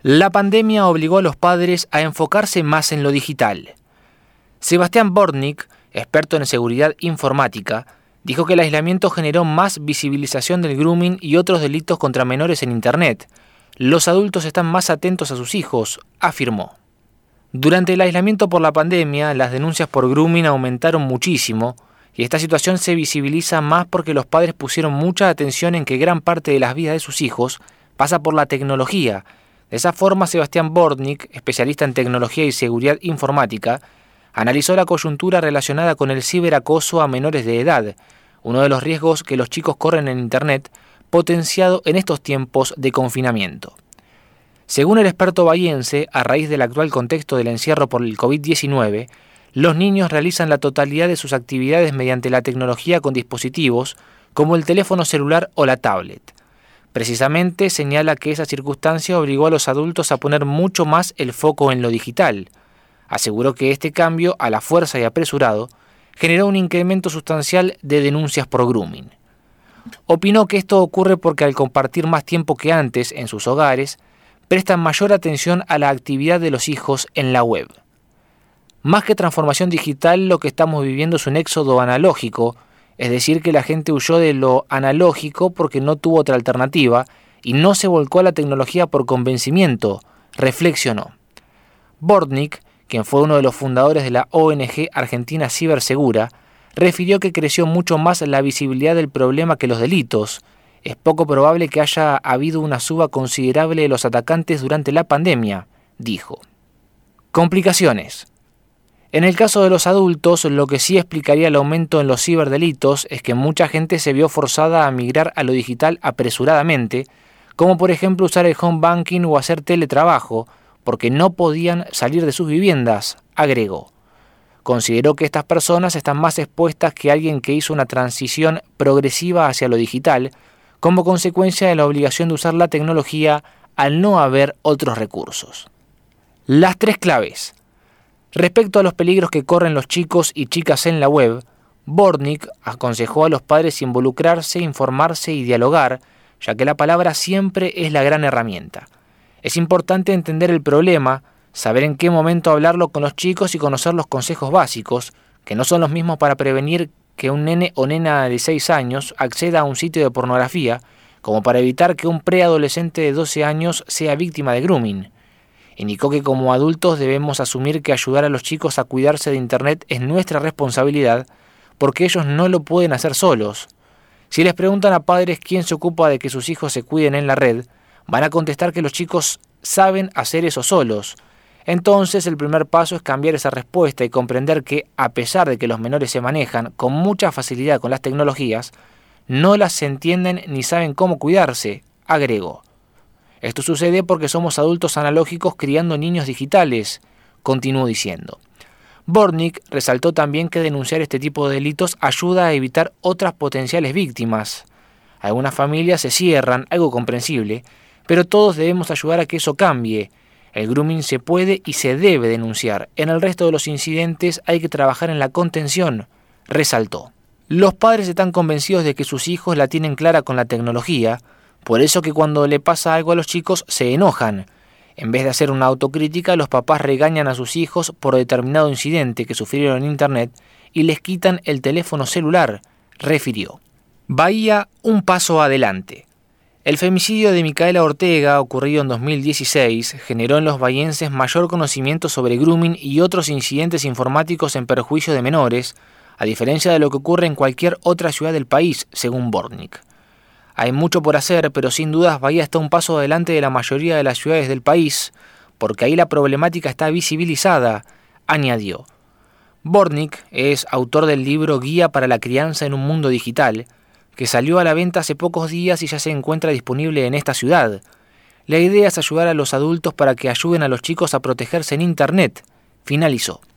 La pandemia obligó a los padres a enfocarse más en lo digital. Sebastián Bortnick, experto en seguridad informática, dijo que el aislamiento generó más visibilización del grooming y otros delitos contra menores en Internet. Los adultos están más atentos a sus hijos, afirmó. Durante el aislamiento por la pandemia, las denuncias por grooming aumentaron muchísimo y esta situación se visibiliza más porque los padres pusieron mucha atención en que gran parte de las vidas de sus hijos pasa por la tecnología. De esa forma, Sebastián Bortnick, especialista en tecnología y seguridad informática, analizó la coyuntura relacionada con el ciberacoso a menores de edad, uno de los riesgos que los chicos corren en Internet, potenciado en estos tiempos de confinamiento. Según el experto bahiense, a raíz del actual contexto del encierro por el COVID-19, los niños realizan la totalidad de sus actividades mediante la tecnología con dispositivos como el teléfono celular o la tablet. Precisamente señala que esa circunstancia obligó a los adultos a poner mucho más el foco en lo digital. Aseguró que este cambio, a la fuerza y apresurado, generó un incremento sustancial de denuncias por grooming. Opinó que esto ocurre porque al compartir más tiempo que antes en sus hogares, prestan mayor atención a la actividad de los hijos en la web. Más que transformación digital, lo que estamos viviendo es un éxodo analógico, es decir, que la gente huyó de lo analógico porque no tuvo otra alternativa y no se volcó a la tecnología por convencimiento, reflexionó. Bortnick, quien fue uno de los fundadores de la ONG Argentina Cibersegura, refirió que creció mucho más la visibilidad del problema que los delitos. Es poco probable que haya habido una suba considerable de los atacantes durante la pandemia, dijo. Complicaciones. En el caso de los adultos, lo que sí explicaría el aumento en los ciberdelitos es que mucha gente se vio forzada a migrar a lo digital apresuradamente, como por ejemplo usar el home banking o hacer teletrabajo, porque no podían salir de sus viviendas, agregó. Consideró que estas personas están más expuestas que alguien que hizo una transición progresiva hacia lo digital, como consecuencia de la obligación de usar la tecnología al no haber otros recursos. Las 3 claves. Respecto a los peligros que corren los chicos y chicas en la web, Bortnick aconsejó a los padres involucrarse, informarse y dialogar, ya que la palabra siempre es la gran herramienta. Es importante entender el problema, saber en qué momento hablarlo con los chicos y conocer los consejos básicos, que no son los mismos para prevenir que un nene o nena de 6 años acceda a un sitio de pornografía, como para evitar que un preadolescente de 12 años sea víctima de grooming. Indicó que como adultos debemos asumir que ayudar a los chicos a cuidarse de Internet es nuestra responsabilidad, porque ellos no lo pueden hacer solos. Si les preguntan a padres quién se ocupa de que sus hijos se cuiden en la red, van a contestar que los chicos saben hacer eso solos. Entonces el primer paso es cambiar esa respuesta y comprender que, a pesar de que los menores se manejan con mucha facilidad con las tecnologías, no las entienden ni saben cómo cuidarse, agregó. Esto sucede porque somos adultos analógicos criando niños digitales, continuó diciendo. Bortnick resaltó también que denunciar este tipo de delitos ayuda a evitar otras potenciales víctimas. Algunas familias se cierran, algo comprensible, pero todos debemos ayudar a que eso cambie. El grooming se puede y se debe denunciar. En el resto de los incidentes hay que trabajar en la contención, resaltó. Los padres están convencidos de que sus hijos la tienen clara con la tecnología, por eso que cuando le pasa algo a los chicos se enojan. En vez de hacer una autocrítica, los papás regañan a sus hijos por determinado incidente que sufrieron en Internet y les quitan el teléfono celular, refirió. Bahía, un paso adelante. El femicidio de Micaela Ortega, ocurrido en 2016, generó en los bahienses mayor conocimiento sobre grooming y otros incidentes informáticos en perjuicio de menores, a diferencia de lo que ocurre en cualquier otra ciudad del país, según Bortnick. Hay mucho por hacer, pero sin dudas Bahía está un paso adelante de la mayoría de las ciudades del país, porque ahí la problemática está visibilizada, añadió. Bortnick es autor del libro Guía para la crianza en un mundo digital, que salió a la venta hace pocos días y ya se encuentra disponible en esta ciudad. La idea es ayudar a los adultos para que ayuden a los chicos a protegerse en Internet, finalizó.